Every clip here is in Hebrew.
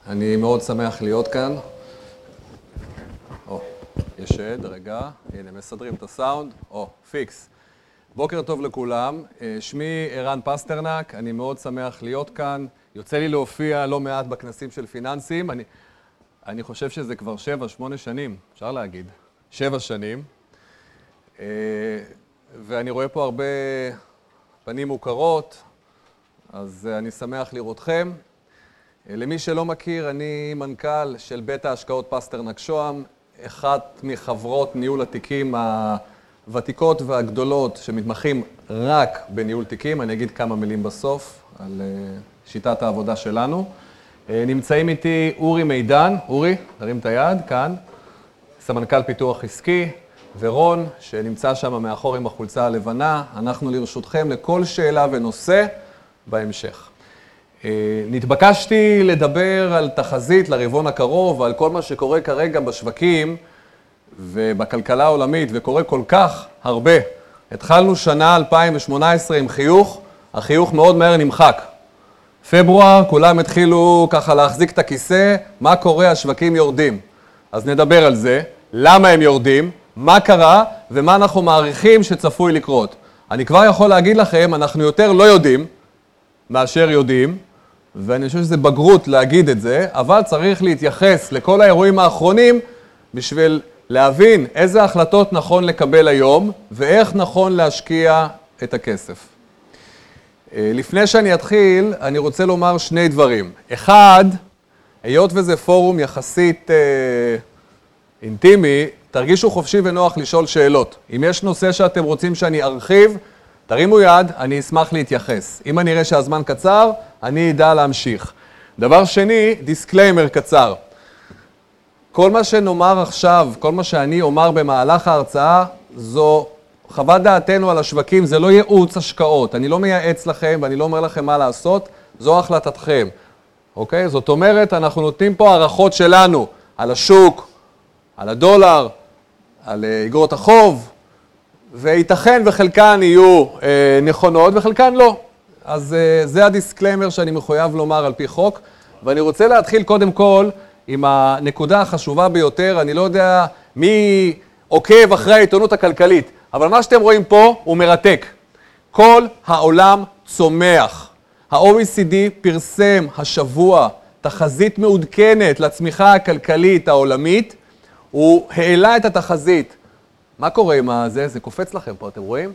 אני מאוד שמח להיות כאן. יש עד, רגע, הנה מסדרים את הסאונד. פיקס. בוקר טוב לכולם, שמי ערן פסטרנק, אני מאוד שמח להיות כאן. יוצא לי להופיע לא מעט בכנסים של פיננסים. אני חושב שזה כבר 7-8 שנים, אפשר להגיד. 7 שנים. ואני רואה פה הרבה פנים מוכרות, אז אני שמח לראותכם. למי שלא מכיר, אני מנכ"ל של בית ההשקעות פסטרנק שוהם, אחת מחברות ניהול התיקים הוותיקות והגדולות שמתמחים רק בניהול תיקים. אני אגיד כמה מילים בסוף על שיטת העבודה שלנו. נמצאים איתי אורי מידן, אורי, תרים את היד, כאן, סמנכ"ל פיתוח עסקי, ורון, שנמצא שם מאחור עם החולצה הלבנה. אנחנו לרשותכם לכל שאלה ונושא בהמשך. נתבקשתי לדבר על תחזית לרבעון הקרוב ועל כל מה שקורה כרגע בשווקים ובכלכלה העולמית, וקורה כל כך הרבה. התחלנו שנה 2018 עם חיוך, החיוך מאוד מהר נמחק. פברואר, כולם התחילו ככה להחזיק את הכיסא, מה קורה? השווקים יורדים. אז נדבר על זה, למה הם יורדים, מה קרה ומה אנחנו מעריכים שצפוי לקרות. אני כבר יכול להגיד לכם, אנחנו יותר לא יודעים מאשר יודעים, ואני חושב שזה בגרות להגיד את זה, אבל צריך להתייחס לכל האירועים האחרונים בשביל להבין איזה החלטות נכון לקבל היום ואיך נכון להשקיע את הכסף. לפני שאני אתחיל, אני רוצה לומר שני דברים. אחד, היות וזה פורום יחסית אינטימי, תרגישו חופשי ונוח לשאול שאלות. אם יש נושא שאתם רוצים שאני ארחיב, תרימו יד, אני אשמח להתייחס. אם אני אראה שהזמן קצר, אני אדע להמשיך. דבר שני, דיסקליימר קצר. כל מה שנאמר עכשיו, כל מה שאני אומר במהלך ההרצאה, זו חוות דעתנו על השווקים, זה לא ייעוץ השקעות. אני לא מייעץ לכם ואני לא אומר לכם מה לעשות, זו החלטתכם. אוקיי? זאת אומרת, אנחנו נותנים פה הערכות שלנו על השוק, על הדולר, על אגרות החוב, וייתכן וחלקן יהיו נכונות וחלקן לא. אז זה הדיסקליימר שאני מחויב לומר על פי חוק. ואני רוצה להתחיל קודם כל עם הנקודה החשובה ביותר. אני לא יודע מי עוקב אחרי העיתונות הכלכלית, אבל מה שאתם רואים פה הוא מרתק. כל העולם צומח. ה-OECD פרסם השבוע תחזית מעודכנת לצמיחה הכלכלית העולמית. הוא העלה את התחזית. מה קורה עם זה? זה קופץ לכם פה, אתם רואים?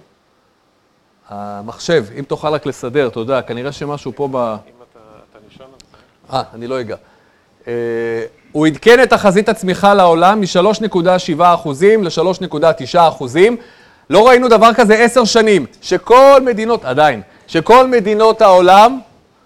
המחשב, אם תוכל רק לסדר, תודה. כנראה שמשהו פה ב... אם אתה נשען על זה. אני לא אגע. הוא עדכן את תחזית הצמיחה לעולם מ-3.7% ל-3.9%. לא ראינו דבר כזה 10 שנים, שכל מדינות, עדיין, שכל מדינות העולם,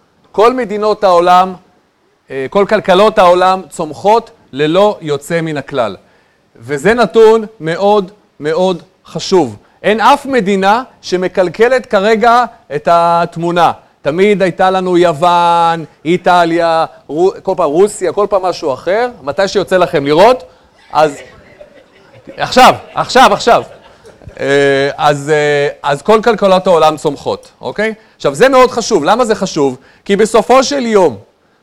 כל כלכלות העולם צומחות ללא יוצא מן הכלל. וזה נתון מאוד מאוד חשוב. אין אף מדינה שמקלקלת כרגע את התמונה. תמיד הייתה לנו יוון, איטליה, כל פעם רוסיה, כל פעם משהו אחר. מתי שיוצא לכם לראות? אז עכשיו. אז כל כלכלות העולם צומחות, אוקיי? עכשיו, זה מאוד חשוב. למה זה חשוב? כי בסופו של יום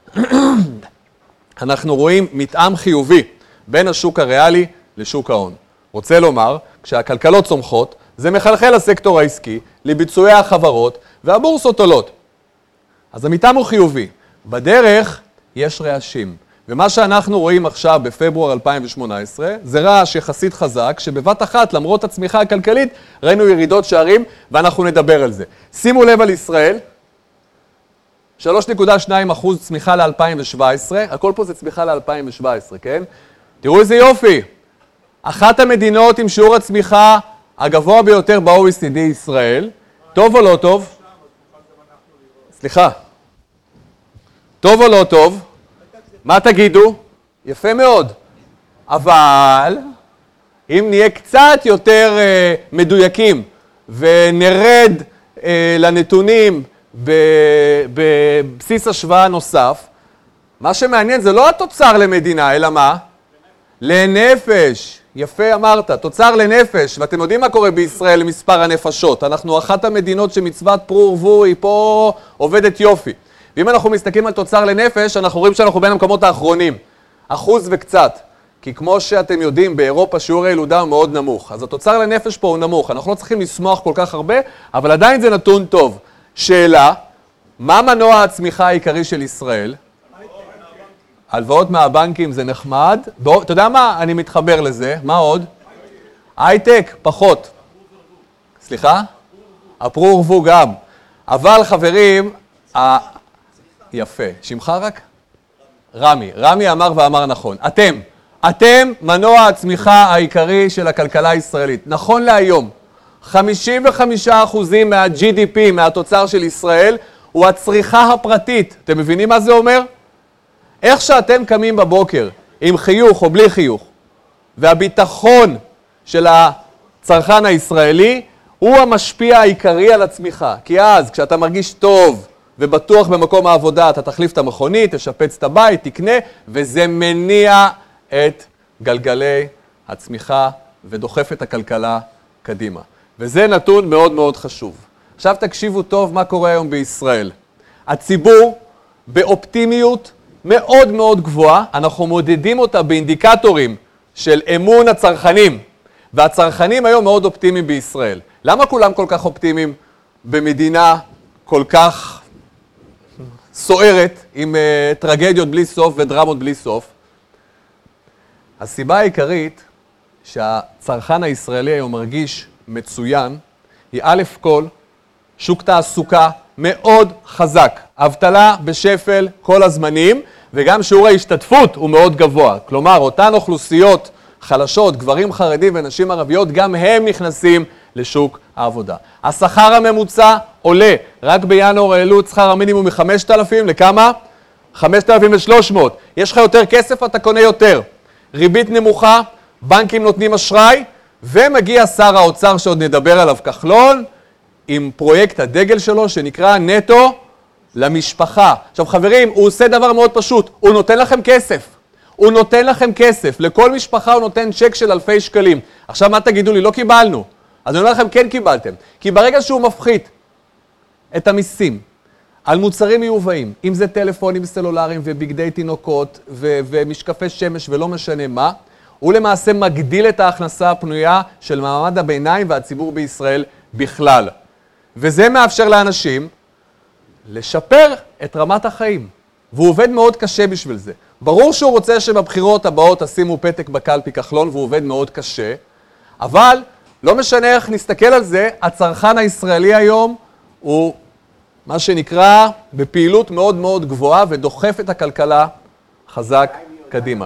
אנחנו רואים מתאם חיובי בין השוק הריאלי לשוק ההון. רוצה לומר, כשהכלכלות צומחות, זה מחלחל לסקטור העסקי, לביצועי החברות, והבורסות עולות. אז המתאם הוא חיובי. בדרך יש רעשים. ומה שאנחנו רואים עכשיו בפברואר 2018, זה רעש יחסית חזק, שבבת אחת, למרות הצמיחה הכלכלית, ראינו ירידות שערים, ואנחנו נדבר על זה. שימו לב על ישראל, 3.2% צמיחה ל-2017, הכל פה זה צמיחה ל-2017, כן? תראו איזה יופי. אחת המדינות עם שיעור הצמיחה הגבוה ביותר ב-OECD ישראל. טוב או לא טוב? סליחה. טוב או לא טוב? מה תגידו? יפה מאוד. אבל אם נהיה קצת יותר מדויקים ונרד לנתונים בבסיס השוואה נוסף, מה שמעניין זה לא התוצר למדינה, אלא מה? לנפש. יפה אמרת, תוצר לנפש. ואתם יודעים מה קורה בישראל למספר הנפשות. אנחנו אחת המדינות שמצוות פרו ורבו היא פה עובדת יופי. ואם אנחנו מסתכלים על תוצר לנפש, אנחנו רואים שאנחנו בין המקומות האחרונים. 1% וקצת. כי כמו שאתם יודעים, באירופה שיעור הילודה הוא מאוד נמוך. אז התוצר לנפש פה הוא נמוך. אנחנו לא צריכים לשמוח כל כך הרבה, אבל עדיין זה נתון טוב. שאלה, מה מנוע הצמיחה העיקרי של ישראל? הלוואות מהבנקים זה נחמד. אתה יודע מה? אני מתחבר לזה. מה עוד? הייטק, פחות. סליחה? הפרו ורבו גם. אבל חברים, יפה. שמך רק? רמי. רמי אמר ואמר נכון. אתם מנוע הצמיחה העיקרי של הכלכלה הישראלית. נכון להיום, 55% מה-GDP, מהתוצר של ישראל, הוא הצריכה הפרטית. אתם מבינים מה זה אומר? איך שאתם קמים בבוקר, עם חיוך או בלי חיוך, והביטחון של הצרכן הישראלי, הוא המשפיע העיקרי על הצמיחה. כי אז, כשאתה מרגיש טוב ובטוח במקום העבודה, אתה תחליף את המכונית, תשפץ את הבית, תקנה, וזה מניע את גלגלי הצמיחה ודוחף את הכלכלה קדימה. וזה נתון מאוד מאוד חשוב. עכשיו תקשיבו טוב מה קורה היום בישראל. הציבור באופטימיות מאוד מאוד גבוהה, אנחנו מודדים אותה באינדיקטורים של אמון הצרכנים, והצרכנים היום מאוד אופטימיים בישראל. למה כולם כל כך אופטימיים במדינה כל כך סוערת, עם טרגדיות בלי סוף ודרמות בלי סוף? הסיבה העיקרית שהצרכן הישראלי היום מרגיש מצוין, היא א' כל שוק תעסוקה מאוד חזק. אבטלה בשפל כל הזמנים, וגם שיעור ההשתתפות הוא מאוד גבוה. כלומר, אותן אוכלוסיות חלשות, גברים חרדים ונשים ערביות, גם הם נכנסים לשוק העבודה. השכר הממוצע עולה. רק בינואר העלו את שכר המינימום מ-5,000 לכמה? 5,300. יש לך יותר כסף, אתה קונה יותר. ריבית נמוכה, בנקים נותנים אשראי, ומגיע שר האוצר שעוד נדבר עליו, כחלון, עם פרויקט הדגל שלו שנקרא נטו למשפחה. עכשיו חברים, הוא עושה דבר מאוד פשוט, הוא נותן לכם כסף. הוא נותן לכם כסף, לכל משפחה הוא נותן צ'ק של אלפי שקלים. עכשיו מה תגידו לי? לא קיבלנו. אז אני אומר לכם, כן קיבלתם. כי ברגע שהוא מפחית את המיסים על מוצרים מיובאים, אם זה טלפונים סלולריים ובגדי תינוקות ומשקפי שמש ולא משנה מה, הוא למעשה מגדיל את ההכנסה הפנויה של מעמד הביניים והציבור בישראל בכלל. וזה מאפשר לאנשים לשפר את רמת החיים. והוא עובד מאוד קשה בשביל זה. ברור שהוא רוצה שבבחירות הבאות תשימו פתק בקלפי כחלון, והוא עובד מאוד קשה, אבל לא משנה איך נסתכל על זה, הצרכן הישראלי היום הוא מה שנקרא בפעילות מאוד מאוד גבוהה ודוחף את הכלכלה חזק קדימה.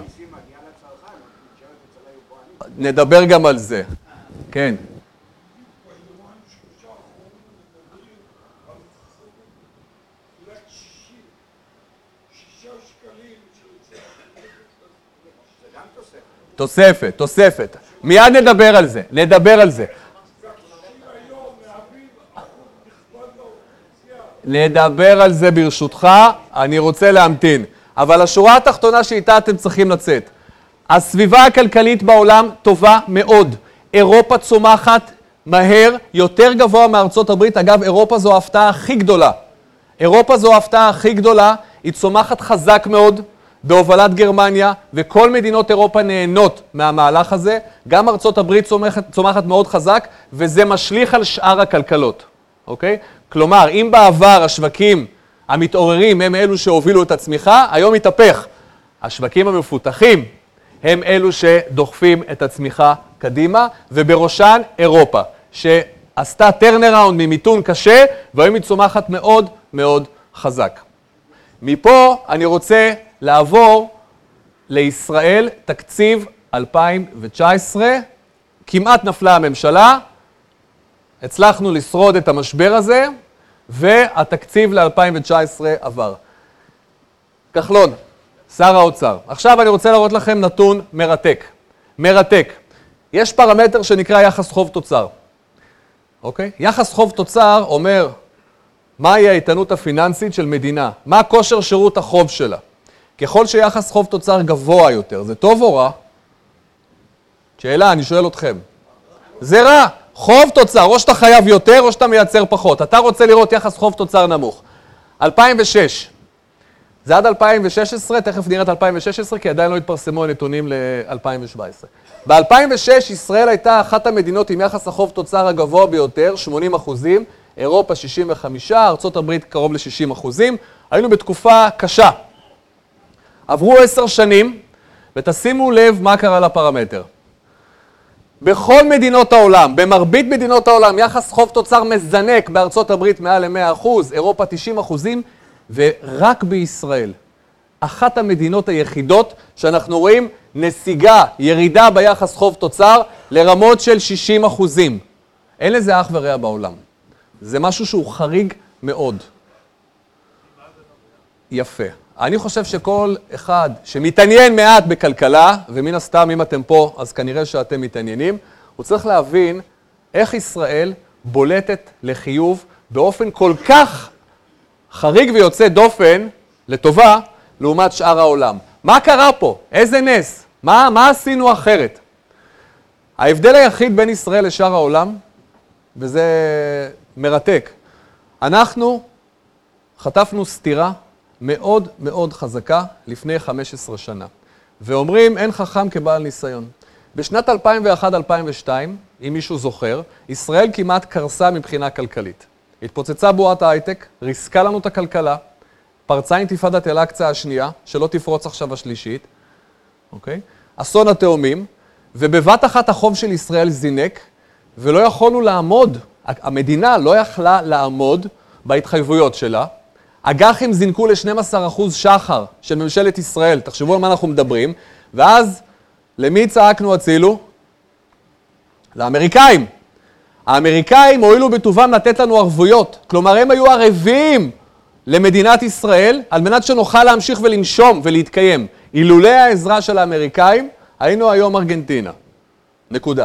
נדבר גם על זה. כן. תוספת. מיד נדבר על זה. נדבר על זה ברשותך, אני רוצה להמתין. אבל השורה התחתונה שאיתה אתם צריכים לצאת. הסביבה הכלכלית בעולם טובה מאוד. אירופה צומחת מהר, יותר גבוה מארצות הברית. אגב, אירופה זו ההפתעה הכי גדולה. היא צומחת חזק מאוד בהובלת גרמניה, וכל מדינות אירופה נהנות מהמהלך הזה. גם ארצות הברית צומחת מאוד חזק, וזה משליך על שאר הכלכלות. אוקיי? כלומר, אם בעבר השווקים המתעוררים הם אלו שהובילו את הצמיחה, היום מתהפך. השווקים המפותחים הם אלו שדוחפים את הצמיחה קדימה, ובראשן אירופה, שעשתה טרנראונד ממיתון קשה, והיום היא צומחת מאוד מאוד חזק. מפה אני רוצה לעבור לישראל, תקציב 2019, כמעט נפלה הממשלה, הצלחנו לשרוד את המשבר הזה, והתקציב ל-2019 עבר. כחלון, שר האוצר. עכשיו אני רוצה להראות לכם נתון מרתק. יש פרמטר שנקרא יחס חוב תוצר. אוקיי? יחס חוב תוצר אומר מהי האיתנות הפיננסית של מדינה, מה כושר שירות החוב שלה. ככל שיחס חוב תוצר גבוה יותר, זה טוב או רע? שאלה, אני שואל אתכם. זה רע. חוב תוצר, או שאתה חייב יותר או שאתה מייצר פחות. אתה רוצה לראות יחס חוב תוצר נמוך. 2006, זה עד 2016, תכף נראה את 2016, כי עדיין לא התפרסמו הנתונים ל-2017. ב-2006 ישראל הייתה אחת המדינות עם יחס החוב תוצר הגבוה ביותר, 80%, אירופה 65%, ארצות הברית קרוב ל-60%. היינו בתקופה קשה. עברו 10 שנים, ותשימו לב מה קרה לפרמטר. בכל מדינות העולם, במרבית מדינות העולם, יחס חוב תוצר מזנק בארצות הברית מעל ל-100%, אירופה 90%, ורק בישראל. אחת המדינות היחידות שאנחנו רואים נסיגה, ירידה ביחס חוב תוצר לרמות של 60%. אין לזה אח ורע בעולם. זה משהו שהוא חריג מאוד. יפה. אני חושב שכל אחד שמתעניין מעט בכלכלה, ומן הסתם אם אתם פה, אז כנראה שאתם מתעניינים, הוא צריך להבין איך ישראל בולטת לחיוב באופן כל כך חריג ויוצא דופן לטובה לעומת שאר העולם. מה קרה פה? איזה נס? מה עשינו אחרת? ההבדל היחיד בין ישראל לשאר העולם, וזה מרתק, אנחנו חטפנו סתירה מאוד מאוד חזקה לפני 15 שנה. ואומרים, אין חכם כבעל ניסיון. בשנת 2001-2002, אם מישהו זוכר, ישראל כמעט קרסה מבחינה כלכלית. התפוצצה בועת ההייטק, ריסקה לנו את הכלכלה, פרצה אינתיפאדת אל-אקצא השנייה, שלא תפרוץ עכשיו השלישית, אוקיי? אסון התאומים, ובבת אחת החוב של ישראל זינק, ולא יכולנו לעמוד, המדינה לא יכלה לעמוד בהתחייבויות שלה, אג"חים זינקו ל-12% שחר של ממשלת ישראל, תחשבו על מה אנחנו מדברים, ואז למי צעקנו הצילו? לאמריקאים. האמריקאים הועילו בטובם לתת לנו ערבויות, כלומר הם היו ערבים למדינת ישראל, על מנת שנוכל להמשיך ולנשום ולהתקיים. אילולא העזרה של האמריקאים, היינו היום ארגנטינה. נקודה.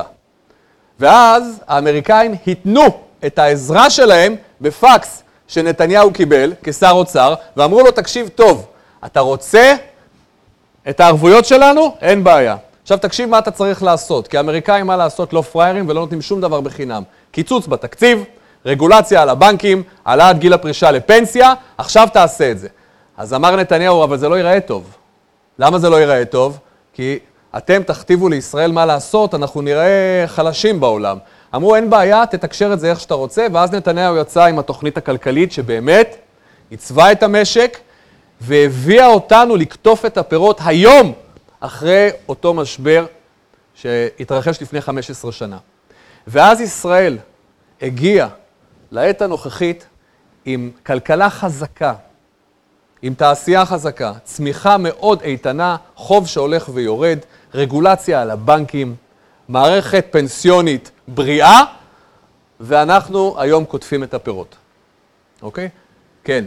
ואז האמריקאים התנו את העזרה שלהם בפקס שנתניהו קיבל כשר אוצר, ואמרו לו, תקשיב טוב, אתה רוצה את הערבויות שלנו? אין בעיה. עכשיו תקשיב מה אתה צריך לעשות, כי האמריקאים מה לעשות לא פריירים ולא נותנים שום דבר בחינם. קיצוץ בתקציב, רגולציה על הבנקים, העלאת גיל הפרישה לפנסיה, עכשיו תעשה את זה. אז אמר נתניהו, אבל זה לא ייראה טוב. למה זה לא ייראה טוב? כי אתם תכתיבו לישראל מה לעשות, אנחנו נראה חלשים בעולם. אמרו, אין בעיה, תתקשר את זה איך שאתה רוצה, ואז נתניהו יצא עם התוכנית הכלכלית שבאמת עיצבה את המשק, והביאה אותנו לקטוף את הפירות היום, אחרי אותו משבר שהתרחש לפני 15 שנה. ואז ישראל הגיעה לעת הנוכחית עם כלכלה חזקה, עם תעשייה חזקה, צמיחה מאוד איתנה, חוב שהולך ויורד, רגולציה על הבנקים, מערכת פנסיונית בריאה, ואנחנו היום קוטפים את הפירות. אוקיי? כן.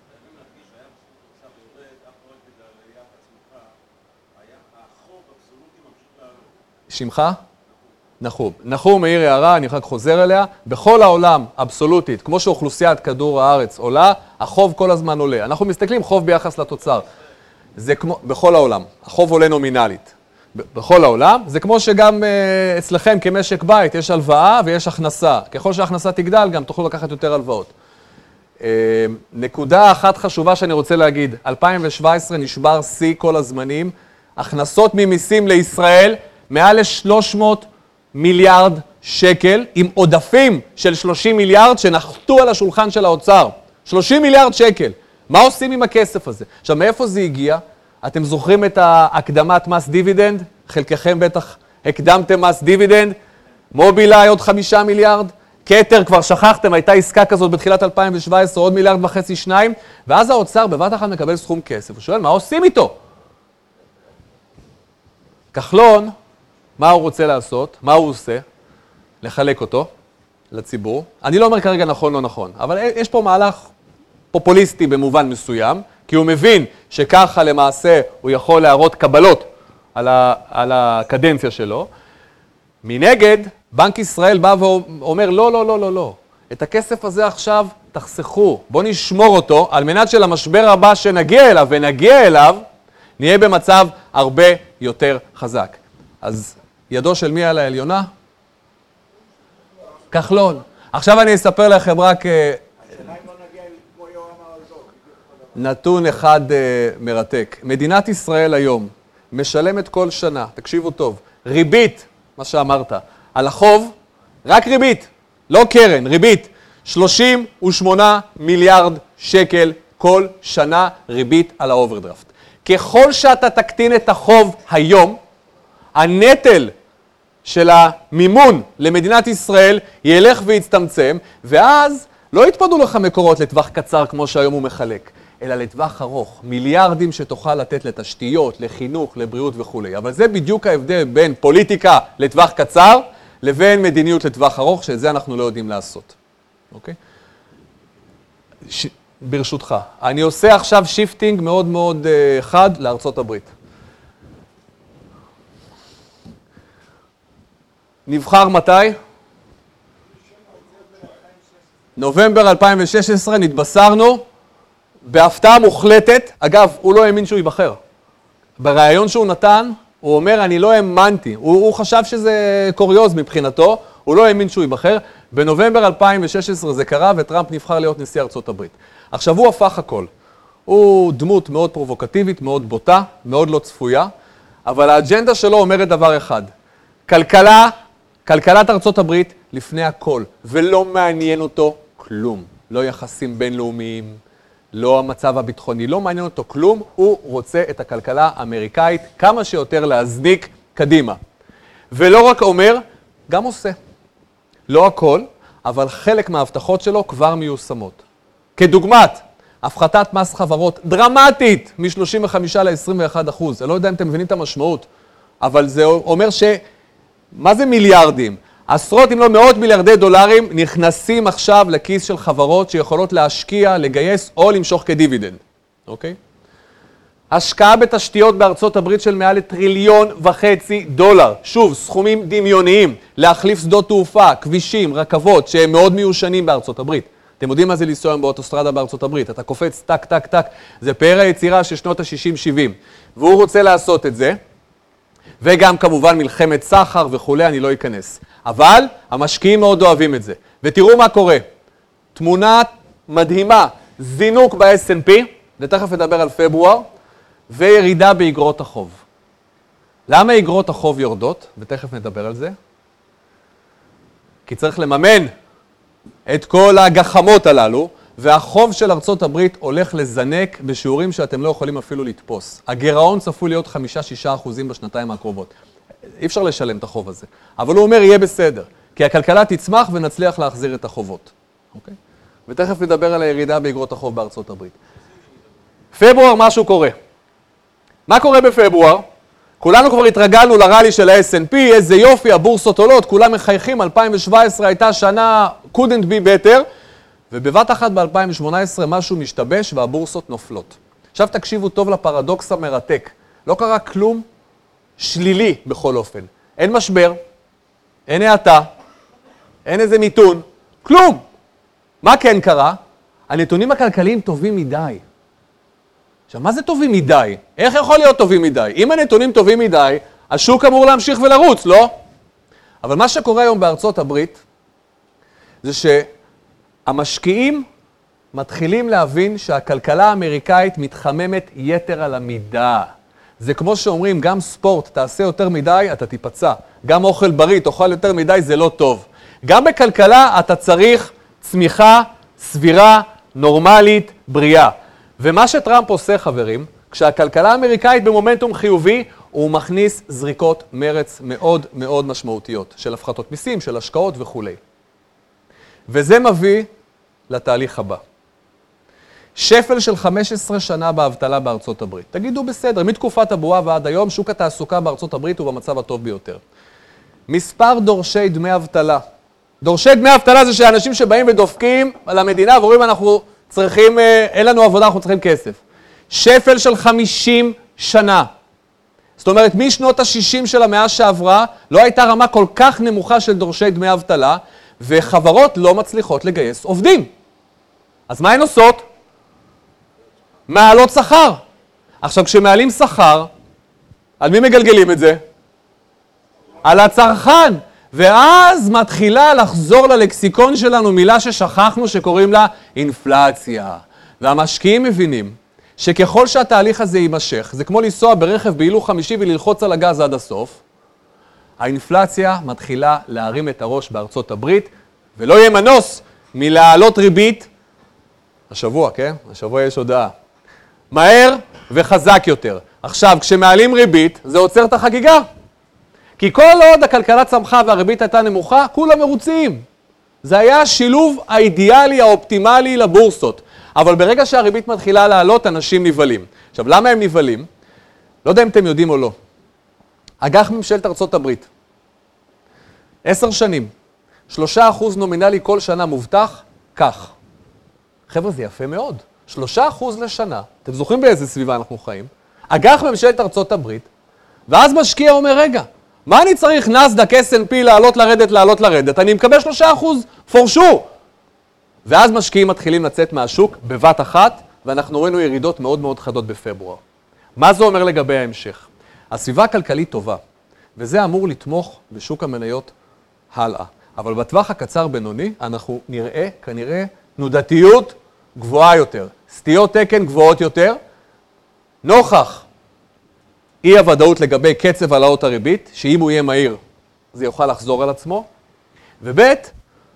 שמך? נחום. נחום מעיר הערה, אני רק חוזר אליה. בכל העולם, אבסולוטית, כמו שאוכלוסיית כדור הארץ עולה, החוב כל הזמן עולה. אנחנו מסתכלים חוב ביחס לתוצר. זה כמו, בכל העולם, החוב עולה נומינלית. בכל העולם, זה כמו שגם אצלכם כמשק בית, יש הלוואה ויש הכנסה. ככל שההכנסה תגדל, גם תוכלו לקחת יותר הלוואות. נקודה אחת חשובה שאני רוצה להגיד, 2017 נשבר שיא כל הזמנים, הכנסות ממיסים לישראל, מעל ל-300 מיליארד שקל, עם עודפים של 30 מיליארד שנחתו על השולחן של האוצר. 30 מיליארד שקל. מה עושים עם הכסף הזה? עכשיו, מאיפה זה הגיע? אתם זוכרים את ההקדמת מס דיבידנד? חלקכם בטח הקדמתם מס דיבידנד. מובילאיי עוד 5 מיליארד. קטר, כבר שכחתם, הייתה עסקה כזאת בתחילת 2017, עוד 1.5 מיליארד, 2. ואז האוצר בבת אחת מקבל סכום כסף. הוא שואל, מה עושים איתו? כחלון, מה הוא רוצה לעשות? מה הוא עושה? לחלק אותו לציבור. אני לא אומר כרגע נכון או לא נכון, אבל יש פה מהלך פופוליסטי במובן מסוים, כי הוא מבין שככה למעשה הוא יכול להראות קבלות על הקדנציה שלו. מנגד, בנק ישראל בא ואומר, לא, לא, לא, לא, לא. את הכסף הזה עכשיו תחסכו, בוא נשמור אותו, על מנת שלמשבר הבא שנגיע אליו ונגיע אליו, נהיה במצב הרבה יותר חזק. אז ידו של מי על העליונה? כחלון. עכשיו אני אספר לכם רק... נתון אחד מרתק. מדינת ישראל היום משלמת כל שנה, תקשיבו טוב, ריבית, מה שאמרת, על החוב, רק ריבית, לא קרן, ריבית, 38 מיליארד שקל כל שנה ריבית על האוברדרפט. ככל שאתה תקטין את החוב היום, הנטל של המימון למדינת ישראל ילך ויצטמצם, ואז לא יתפנו לך מקורות לטווח קצר כמו שהיום הוא מחלק, אלא לטווח ארוך, מיליארדים שתוכל לתת לתשתיות, לחינוך, לבריאות וכו'. אבל זה בדיוק ההבדל בין פוליטיקה לטווח קצר, לבין מדיניות לטווח ארוך, שאת זה אנחנו לא יודעים לעשות. אוקיי? ברשותך, אני עושה עכשיו שיפטינג מאוד מאוד חד לארצות הברית. נבחר מתי? נובמבר 2016, נתבשרנו בהפתעה מוחלטת. אגב, הוא לא האמין שהוא ייבחר. ברעיון שהוא נתן, הוא אומר, אני לא האמנתי. הוא חשב שזה קוריוז מבחינתו, הוא לא האמין שהוא ייבחר. בנובמבר 2016 זה קרה, וטראמפ נבחר להיות נשיא ארצות הברית. עכשיו, הוא הפך הכל. הוא דמות מאוד פרובוקטיבית, מאוד בוטה, מאוד לא צפויה, אבל האג'נדה שלו אומרת דבר אחד. כלכלת ארצות הברית לפני הכל, ולא מעניין אותו כלום. לא יחסים בינלאומיים, לא המצב הביטחוני, לא מעניין אותו כלום. הוא רוצה את הכלכלה האמריקאית כמה שיותר להזניק קדימה. ולא רק אומר, גם עושה. לא הכל, אבל חלק מההבטחות שלו כבר מיושמות. כדוגמת, הפחתת מס חברות דרמטית מ-35% ל-21%. אני לא יודע אם אתם מבינים את המשמעות, אבל זה אומר מה זה מיליארדים? עשרות אם לא מאות מיליארדי דולרים נכנסים עכשיו לכיס של חברות שיכולות להשקיע, לגייס או למשוך כדיבידנד. אוקיי? השקעה בתשתיות בארצות הברית של מעל $1.5 טריליון. שוב, סכומים דמיוניים. להחליף שדות תעופה, כבישים, רכבות, שהם מאוד מיושנים בארצות הברית. אתם יודעים מה זה לנסוע באוטוסטרדה בארצות הברית? אתה קופץ טק, טק, טק. זה פאר היצירה של שנות ה-60-70. והוא רוצה לעשות את זה. וגם כמובן מלחמת סחר וכולי, אני לא אכנס. אבל המשקיעים מאוד אוהבים את זה. ותראו מה קורה. תמונה מדהימה, זינוק ב-S&P, ותכף נדבר על פברואר, וירידה באגרות החוב. למה אגרות החוב יורדות? ותכף נדבר על זה. כי צריך לממן את כל הגחמות הללו, והחוב של ארצות הברית הולך לזנק בשיעורים שאתם לא יכולים אפילו לתפוס. הגירעון צפוי להיות 5-6% בשנתיים הקרובות. אי אפשר לשלם את החוב הזה. אבל הוא אומר, יהיה בסדר, כי הכלכלה תצמח ונצליח להחזיר את החובות. אוקיי? ותכף נדבר על הירידה באגרות החוב בארצות הברית. פברואר, משהו קורה. מה קורה בפברואר? כולנו כבר התרגלנו לרלי של ה-S&P, איזה יופי, הבורסות עולות, כולם מחייכים, 2017 הייתה שנה couldn't be better, ובבת אחת ב-2018 משהו משתבש והבורסות נופלות. עכשיו תקשיבו טוב לפרדוקס המרתק. לא קרה כלום שלילי בכל אופן. אין משבר, אין האטה, אין איזה מיתון, כלום. מה כן קרה? הנתונים הכלכליים טובים מדי. עכשיו, מה זה טובים מדי? איך יכול להיות טובים מדי? אם הנתונים טובים מדי, השוק אמור להמשיך ולרוץ, לא? אבל מה שקורה היום בארצות הברית, זה שהמשקיעים מתחילים להבין שהכלכלה האמריקאית מתחממת יתר על המידה. זה כמו שאומרים, גם ספורט, תעשה יותר מדי, אתה תיפצע. גם אוכל בריא, תאכל יותר מדי, זה לא טוב. גם בכלכלה אתה צריך צמיחה סבירה, נורמלית, בריאה. ומה שטראמפ עושה, חברים, כשהכלכלה האמריקאית במומנטום חיובי, הוא מכניס זריקות מרץ מאוד מאוד משמעותיות, של הפחתות מיסים, של השקעות וכו'. וזה מביא לתהליך הבא. שפל של 15 שנה באבטלה בארצות הברית. תגידו בסדר, מתקופת הבועה ועד היום, שוק התעסוקה בארצות הברית הוא במצב הטוב ביותר. מספר דורשי דמי אבטלה. דורשי דמי אבטלה זה שאנשים שבאים ודופקים על המדינה ואומרים אנחנו צריכים, אין לנו עבודה, אנחנו צריכים כסף. שפל של 50 שנה. זאת אומרת, משנות ה-60 של המאה שעברה, לא הייתה רמה כל כך נמוכה של דורשי דמי אבטלה, וחברות לא מצליחות לגייס עובדים. אז מה הן עושות? מעלות שכר. עכשיו, כשמעלים שכר, על מי מגלגלים את זה? על הצרכן. ואז מתחילה לחזור ללקסיקון שלנו מילה ששכחנו שקוראים לה אינפלציה. והמשקיעים מבינים שככל שהתהליך הזה יימשך, זה כמו לנסוע ברכב בהילוך חמישי וללחוץ על הגז עד הסוף, האינפלציה מתחילה להרים את הראש בארצות הברית, ולא יהיה מנוס מלהעלות ריבית, השבוע, כן? השבוע יש הודעה. מהר וחזק יותר. עכשיו, כשמעלים ריבית, זה עוצר את החגיגה. כי כל עוד הכלכלה צמחה והריבית הייתה נמוכה, כולם מרוצים. זה היה השילוב האידיאלי, האופטימלי לבורסות. אבל ברגע שהריבית מתחילה לעלות, אנשים נבלים. עכשיו, למה הם נבלים? לא יודע אם אתם יודעים או לא. אג"ח ממשלת ארצות הברית. 10 שנים. 3% נומינלי כל שנה מובטח, כך. חבר'ה, זה יפה מאוד. 3% לשנה. אתם זוכרים באיזה סביבה אנחנו חיים? אג"ח ממשלת ארצות הברית, ואז משקיע אומר, רגע, מה אני צריך נסדק, S&P, לעלות לרדת? אני מקבל 3% for sure. ואז משקיעים מתחילים לצאת מהשוק בבת אחת, ואנחנו ראינו ירידות מאוד מאוד חדות בפברואר. מה זה אומר לגבי ההמשך? הסביבה הכלכלית טובה, וזה אמור לתמוך בשוק המניות הלאה. אבל בטווח הקצר בינוני, אנחנו נראה כנראה תנודתיות גבוהה יותר, סטיות תקן גבוהות יותר, נוכח אי הוודאות לגבי קצב העלאות הריבית, שאם הוא יהיה מהיר, זה יוכל לחזור על עצמו. ובית,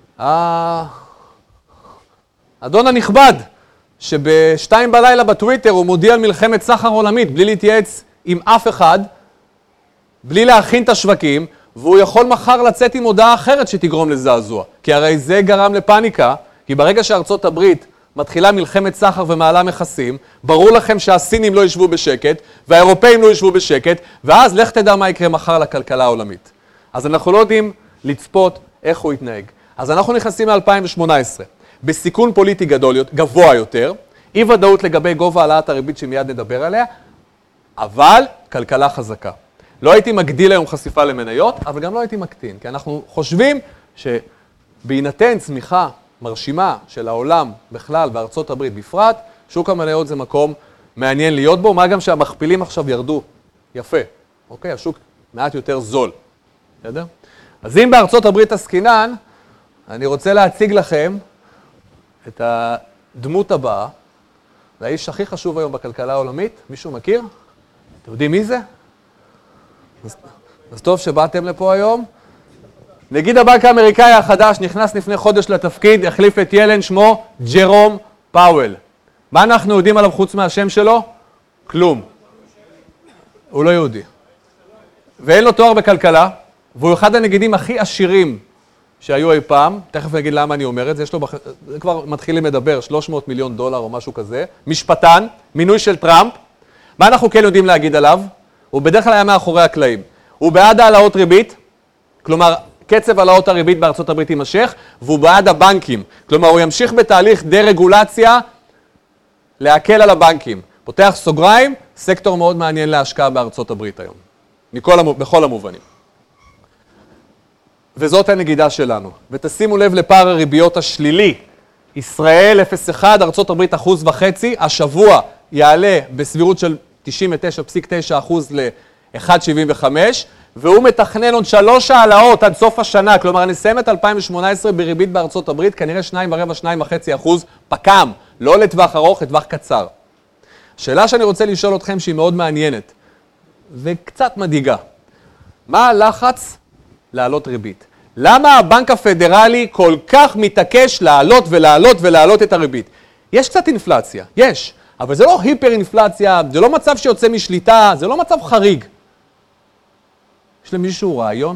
האדון הנכבד, שב-2 בלילה בטוויטר הוא מודיע על מלחמת סחר עולמית, בלי להתייעץ עם אף אחד, בלי להכין את השווקים, והוא יכול מחר לצאת עם הודעה אחרת שתגרום לזעזוע. כי הרי זה גרם לפאניקה, כי ברגע שארצות הברית מתחילה מלחמת סחר ומעלה מכסים, ברור לכם שהסינים לא ישבו בשקט, והאירופאים לא ישבו בשקט, ואז לך תדע מה יקרה מחר לכלכלה העולמית. אז אנחנו לא יודעים לצפות איך הוא יתנהג. אז אנחנו נכנסים ל-2018, בסיכון פוליטי גבוה יותר, אי ודאות לגבי גובה העלאת הריבית שמיד נדבר עליה, אבל כלכלה חזקה. לא הייתי מגדיל היום חשיפה למניות, אבל גם לא הייתי מקטין, כי אנחנו חושבים שבהינתן צמיחה מרשימה של העולם בכלל וארצות הברית בפרט, שוק המניות זה מקום מעניין להיות בו, מה גם שהמכפילים עכשיו ירדו יפה, אוקיי? השוק מעט יותר זול, בסדר? אז אם בארצות הברית עסקינן, אני רוצה להציג לכם את הדמות הבאה, זה האיש הכי חשוב היום בכלכלה העולמית, מישהו מכיר? אתם יודעים מי זה? אז טוב שבאתם לפה היום. נגיד הבנק האמריקאי החדש נכנס לפני חודש לתפקיד, החליף את ילן, שמו ג'רום פאוול. מה אנחנו יודעים עליו חוץ מהשם שלו? כלום. הוא לא יהודי. ואין לו תואר בכלכלה, והוא אחד הנגידים הכי עשירים שהיו אי פעם. תכף נגיד למה אני אומר את זה. כבר מתחילים לדבר, $300 מיליון או משהו כזה. משפטן, מינוי של טראמפ. מה אנחנו כן יודעים להגיד עליו? הוא בדרך כלל היה מאחורי הקלעים. הוא בעד העלאות ריבית, כלומר, קצב העלאות הריבית בארצות הברית יימשך, והוא בעד הבנקים. כלומר, הוא ימשיך בתהליך דה-רגולציה להקל על הבנקים. פותח סוגריים, סקטור מאוד מעניין להשקעה בארצות הברית היום. בכל המובנים. וזאת הנגידה שלנו. ותשימו לב לפער הריביות השלילי. ישראל 0.1, ארצות הברית 1.5%, השבוע יעלה בסבירות של 99.9% ל-1.75%, והוא מתכנן עוד 3 העלאות עד סוף השנה, כלומר נסיים את 2018 בריבית בארצות הברית, כנראה 2.25% פקם, לא לטווח ארוך, לטווח קצר. שאלה שאני רוצה לשאול אתכם שהיא מאוד מעניינת, וקצת מדאיגה. מה הלחץ להעלות ריבית? למה הבנק הפדרלי כל כך מתעקש להעלות ולהעלות ולהעלות את הריבית? יש קצת אינפלציה, יש, אבל זה לא היפר אינפלציה, זה לא מצב שיוצא משליטה, זה לא מצב חריג. יש למישהו רעיון?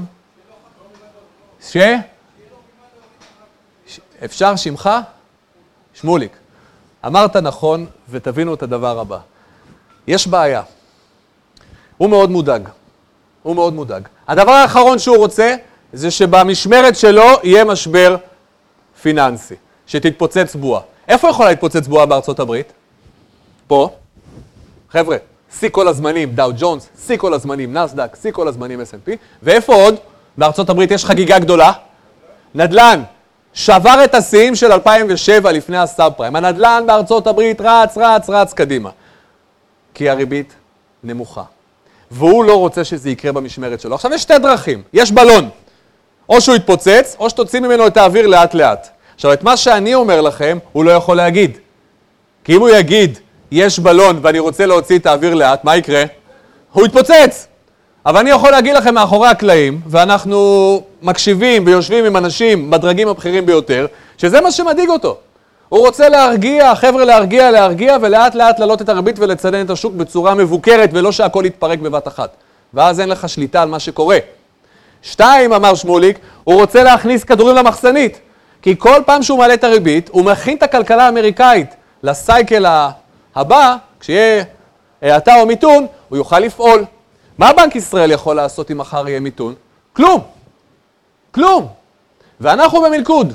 אפשר שמך? שמוליק. אמרת נכון ותבינו את הדבר הבא. יש בעיה. הוא מאוד מודאג. הדבר האחרון שהוא רוצה זה שבמשמרת שלו יהיה משבר פיננסי, שתתפוצץ בועה. איפה יכולה להתפוצץ בועה בארצות הברית? פה. חבר'ה, שיא כל הזמנים, דאו ג'ונס, שיא כל הזמנים, נסדק, שיא כל הזמנים S&P. ואיפה עוד? בארצות הברית יש חגיגה גדולה. נדל"ן. שבר את השיאים של 2007 לפני הסאב פריים. הנדל"ן בארצות הברית רץ קדימה. כי הריבית נמוכה. והוא לא רוצה שזה יקרה במשמרת שלו. עכשיו יש 2 דרכים. יש בלון. או שהוא יתפוצץ, או שתוציא ממנו את האוויר לאט לאט. עכשיו את מה שאני אומר לכם, הוא לא יכול להגיד. כי אם הוא יגיד, יש בלון ואני רוצה להוציא את האוויר לאט, מה יקרה? הוא יתפוצץ. אבל אני יכול להגיד לכם מאחורי הקלעים, ואנחנו מקשיבים ויושבים עם אנשים בדרגים הבכירים ביותר, שזה מה שמדאיג אותו. הוא רוצה להרגיע, חבר'ה להרגיע, ולאט לאט לעלות את הריבית ולצנן את השוק בצורה מבוקרת, ולא שהכל יתפרק בבת אחת. ואז אין לך שליטה על מה שקורה. 2, אמר שמוליק, הוא רוצה להכניס כדורים למחסנית. כי כל פעם שהוא מעלה את הריבית, הוא מכין את הכלכלה האמריקאית לסייקל הבא, כשיהיה האטה או מיתון, הוא יוכל לפעול. מה בנק ישראל יכול לעשות אם מחר יהיה מיתון? כלום. כלום. ואנחנו במלכוד.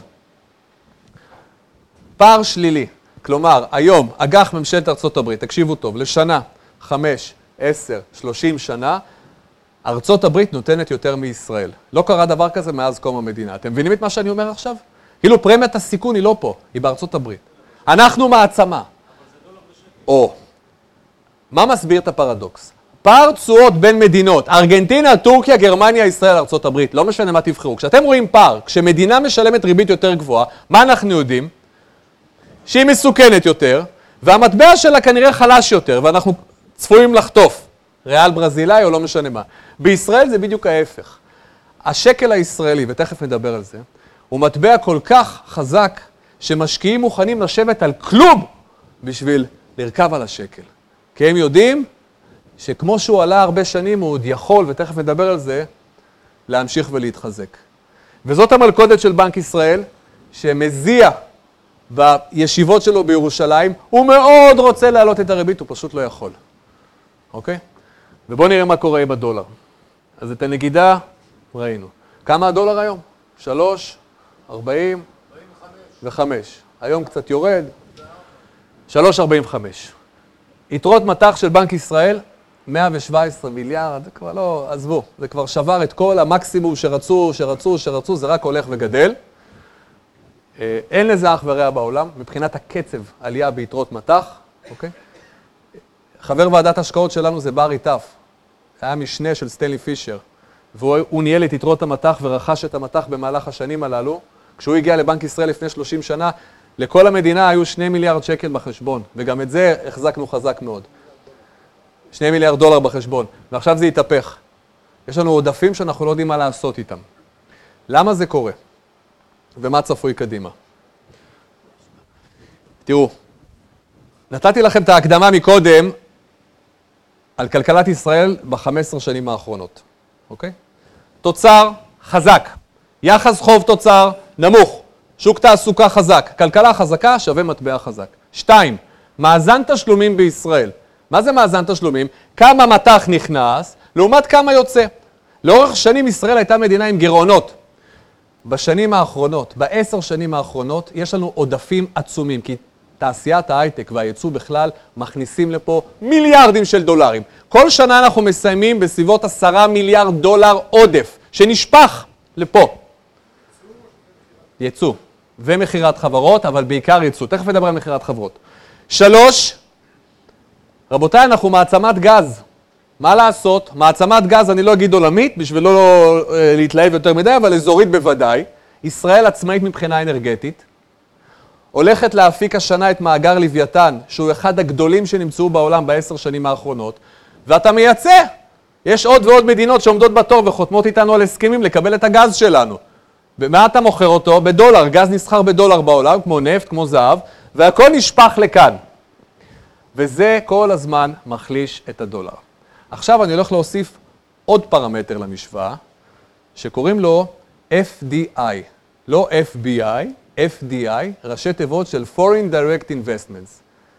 פער שלילי. כלומר, היום, אג"ח ממשלת ארצות הברית, תקשיבו טוב, לשנה, 5, 10, 30 שנה, ארצות הברית נותנת יותר מישראל. לא קרה דבר כזה מאז קום המדינה. אתם מבינים את מה שאני אומר עכשיו? כאילו פרמיית הסיכון היא לא פה, היא בארצות הברית. אנחנו מעצמה. או, מה מסביר את הפרדוקס? פער תשואות בין מדינות, ארגנטינה, טורקיה, גרמניה, ישראל, ארצות הברית, לא משנה מה תבחרו. כשאתם רואים פער, כשמדינה משלמת ריבית יותר גבוהה, מה אנחנו יודעים? שהיא מסוכנת יותר, והמטבע שלה כנראה חלש יותר, ואנחנו צפויים לחטוף. ריאל ברזילאי או לא משנה מה. בישראל זה בדיוק ההפך. השקל הישראלי, ותכף נדבר על זה, הוא מטבע כל כך חזק, שמשקיעים מוכנים לשבת על כלום בשביל לרכב על השקל. כי הם יודעים שכמו שהוא עלה הרבה שנים, הוא עוד יכול, ותכף נדבר על זה, להמשיך ולהתחזק. וזאת המלכודת של בנק ישראל, שמזיע בישיבות שלו בירושלים, הוא מאוד רוצה להעלות את הריבית, הוא פשוט לא יכול. אוקיי? ובואו נראה מה קורה עם הדולר. אז את הנגידה ראינו. כמה הדולר היום? 3, 40, 45. היום קצת יורד. 3.45. יתרות מטח של בנק ישראל, 117 מיליארד, זה כבר לא, עזבו, זה כבר שבר את כל המקסימום שרצו, זה רק הולך וגדל. אין לזה אח ורע בעולם, מבחינת הקצב עלייה ביתרות מטח, אוקיי? חבר ועדת השקעות שלנו זה בר איטף, היה משנה של סטנלי פישר, והוא ניהל את יתרות המטח ורכש את המטח במהלך השנים הללו. כשהוא הגיע לבנק ישראל לפני 30 שנה, לכל המדינה היו 2 מיליארד שקל בחשבון, וגם את זה החזקנו חזק מאוד. 2 מיליארד דולר בחשבון, ועכשיו זה יתהפך. יש לנו עודפים שאנחנו לא יודעים מה לעשות איתם. למה זה קורה? ומה צפוי קדימה? תראו, נתתי לכם את ההקדמה מקודם על כלכלת ישראל ב-15 שנים האחרונות, אוקיי? תוצר חזק, יחס חוב תוצר נמוך, שוק תעסוקה חזק, כלכלה חזקה שווה מטבע חזק. 2, מאזן תשלומים בישראל. מה זה מאזן תשלומים? כמה מטח נכנס לעומת כמה יוצא. לאורך שנים ישראל הייתה מדינה עם גירעונות. בשנים האחרונות, ב10 שנים האחרונות, יש לנו עודפים עצומים, כי תעשיית ההייטק והייצוא בכלל מכניסים לפה מיליארדים של דולרים. כל שנה אנחנו מסיימים בסביבות 10 מיליארד דולר עודף, שנשפך לפה. ייצוא ומחירת חברות, אבל בעיקר ייצוא. תכף נדבר על מחירת חברות. 3, רבותיי, אנחנו מעצמת גז. מה לעשות? מעצמת גז, אני לא אגיד עולמית, בשביל לא להתלהב יותר מדי, אבל אזורית בוודאי. ישראל עצמאית מבחינה אנרגטית. הולכת להפיק השנה את מאגר לוויתן, שהוא אחד הגדולים שנמצאו בעולם ב10 שנים האחרונות, ואתה מייצא. יש עוד ועוד מדינות שעומדות בתור וחותמות איתנו על הסכמים לקבל את הגז שלנו. במה אתה מוכר אותו? בדולר. גז נסחר בדולר בעולם, כמו נפט, כמו זהב, והכל נשפך לכאן. וזה כל הזמן מחליש את הדולר. עכשיו אני הולך להוסיף עוד פרמטר למשוואה, שקוראים לו FDI. לא FBI, FDI, ראשי תיבות של Foreign Direct Investments.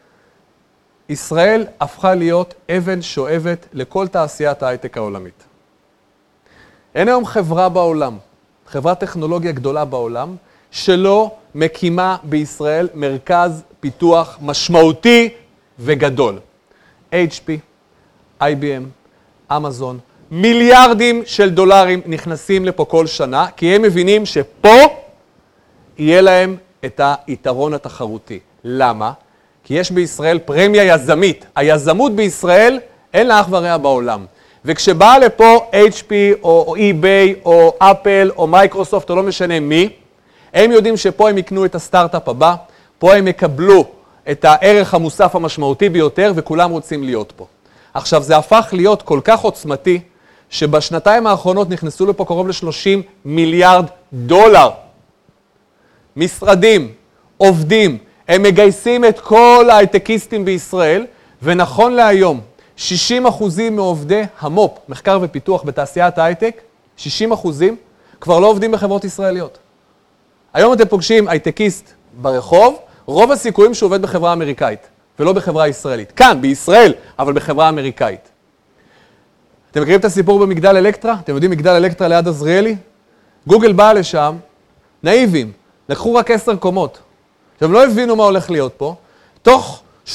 ישראל הפכה להיות אבן שואבת לכל תעשיית ההייטק העולמית. אין היום חברה בעולם, חברת טכנולוגיה גדולה בעולם, שלא מקימה בישראל מרכז פיתוח משמעותי וגדול. HP, IBM, אמזון, מיליארדים של דולרים נכנסים לפה כל שנה, כי הם מבינים שפה יהיה להם את היתרון התחרותי. למה? כי יש בישראל פרמיה יזמית. היזמות בישראל אין לה אח ורע בעולם. וכשבאה לפה HP או eBay או אפל או מייקרוסופט או לא משנה מי, הם יודעים שפה הם יקנו את הסטארט-אפ הבא, פה הם יקבלו את הערך המוסף המשמעותי ביותר, וכולם רוצים להיות פה. עכשיו, זה הפך להיות כל כך עוצמתי, שבשנתיים האחרונות נכנסו לפה קרוב ל-30 מיליארד דולר. משרדים, עובדים, הם מגייסים את כל ההייטקיסטים בישראל, ונכון להיום, 60% מעובדי המו"פ, מחקר ופיתוח בתעשיית ההייטק, 60% כבר לא עובדים בחברות ישראליות. היום אתם פוגשים הייטקיסט ברחוב, רוב הסיכויים שהוא עובד בחברה אמריקאית, ולא בחברה ישראלית. כאן, בישראל, אבל בחברה אמריקאית. אתם מכירים את הסיפור במגדל אלקטרה? אתם יודעים מגדל אלקטרה ליד עזריאלי? גוגל בא לשם, נאיבים, לקחו רק 10 קומות. הם לא הבינו מה הולך להיות פה. תוך 2-3,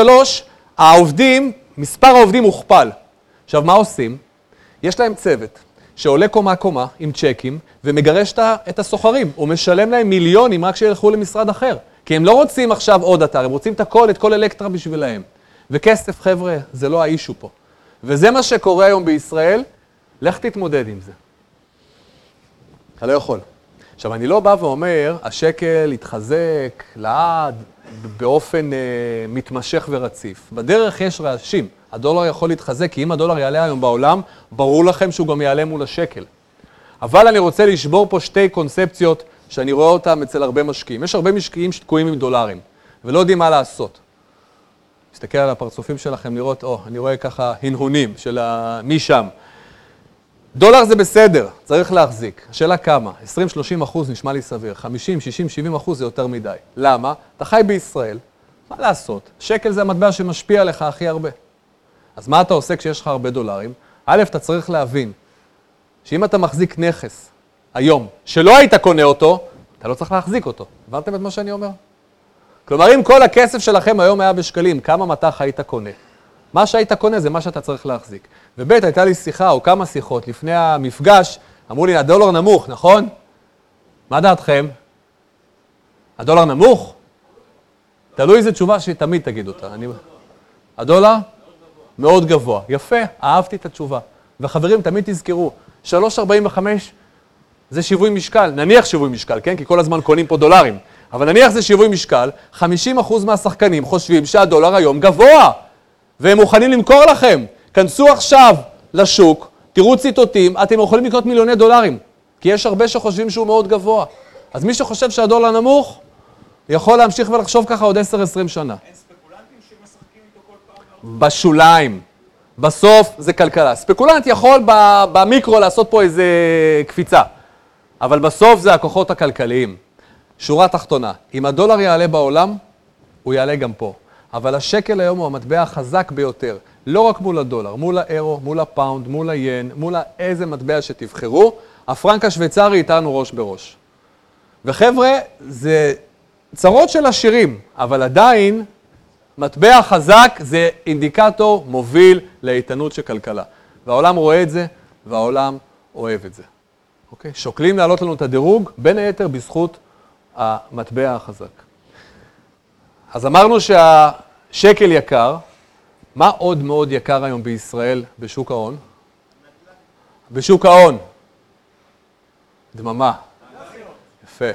מספר העובדים הוכפל. עכשיו, מה עושים? יש להם צוות שעולה קומה עם צ'קים ומגרש את הסוחרים. הוא משלם להם מיליונים רק שילכו למשרד אחר. כי הם לא רוצים עכשיו עוד אתר, הם רוצים את כל אלקטרה בשבילהם. וכסף, חבר'ה, זה לא האישו פה. וזה מה שקורה היום בישראל, לך תתמודד עם זה. אתה לא יכול. עכשיו, אני לא בא ואומר, השקל יתחזק לעד באופן מתמשך ורציף. בדרך יש רעשים. הדולר יכול להתחזק, כי אם הדולר יעלה היום בעולם, ברור לכם שהוא גם יעלה מול השקל. אבל אני רוצה לשבור פה שתי קונספציות שאני רואה אותם אצל הרבה משקיעים. יש הרבה משקיעים שתקועים עם דולרים, ולא יודעים מה לעשות. תסתכל על הפרצופים שלכם לראות, אני רואה ככה הנהונים של משם. דולר זה בסדר, צריך להחזיק. השאלה כמה? 20-30% נשמע לי סביר. 50-60-70% זה יותר מדי. למה? אתה חי בישראל. מה לעשות? שקל זה המטבע שמשפיע עליך הכי הרבה. אז מה אתה עושה כשיש לך הרבה דולרים? א', אתה צריך להבין שאם אתה מחזיק נכס היום, שלא היית קונה אותו, אתה לא צריך להחזיק אותו. הבנתם את מה שאני אומר? כלומר, אם כל הכסף שלכם היום היה בשקלים, כמה מטח היית קונה? מה שהיית קונה זה מה שאתה צריך להחזיק. וב' הייתה לי שיחה או כמה שיחות לפני המפגש, אמרו לי, הדולר נמוך, נכון? מה דעתכם? הדולר נמוך? תלוי איזו תשובה שתמיד תגיד אותה. הדולר? מאוד גבוה. יפה, אהבתי את התשובה. וחברים, תמיד תזכרו, 3.45 זה שיווי משקל, נניח שיווי משקל, כן? כי כל הזמן קונים פה דולרים. אבל נניח זה שיווי משקל, 50% מהשחקנים חושבים שהדולר היום גבוה, והם מוכנים למכור לכם. כנסו עכשיו לשוק, תראו ציטוטים, אתם יכולים לקנות מיליוני דולרים, כי יש הרבה שחושבים שהוא מאוד גבוה. אז מי שחושב שהדולר נמוך, יכול להמשיך ולחשוב ככה עוד 10-20 שנה. אין ספקולנטים שמשחקים איתו כל פעם? בשוליים. בסוף זה כלכלה. ספקולנט יכול במיקרו לעשות פה איזה קפיצה, אבל בסוף זה הכוחות הכלכליים. שורה תחתונה, אם הדולר יעלה בעולם, הוא יעלה גם פה. אבל השקל היום הוא המטבע החזק ביותר. לא רק מול הדולר, מול האירו, מול הפאונד, מול היין, מול איזה מטבע שתבחרו, הפרנק השוויצרי איתנו ראש בראש. וחבר'ה, זה צרות של עשירים, אבל עדיין מטבע חזק זה אינדיקטור מוביל לאיתנות של כלכלה. והעולם רואה את זה, והעולם אוהב את זה. אוקיי? שוקלים להעלות לנו את הדירוג, בין היתר בזכות המטבע החזק. אז אמרנו שהשקל יקר. מה עוד מאוד יקר היום בישראל בשוק ההון? בשוק ההון. דממה. יפה.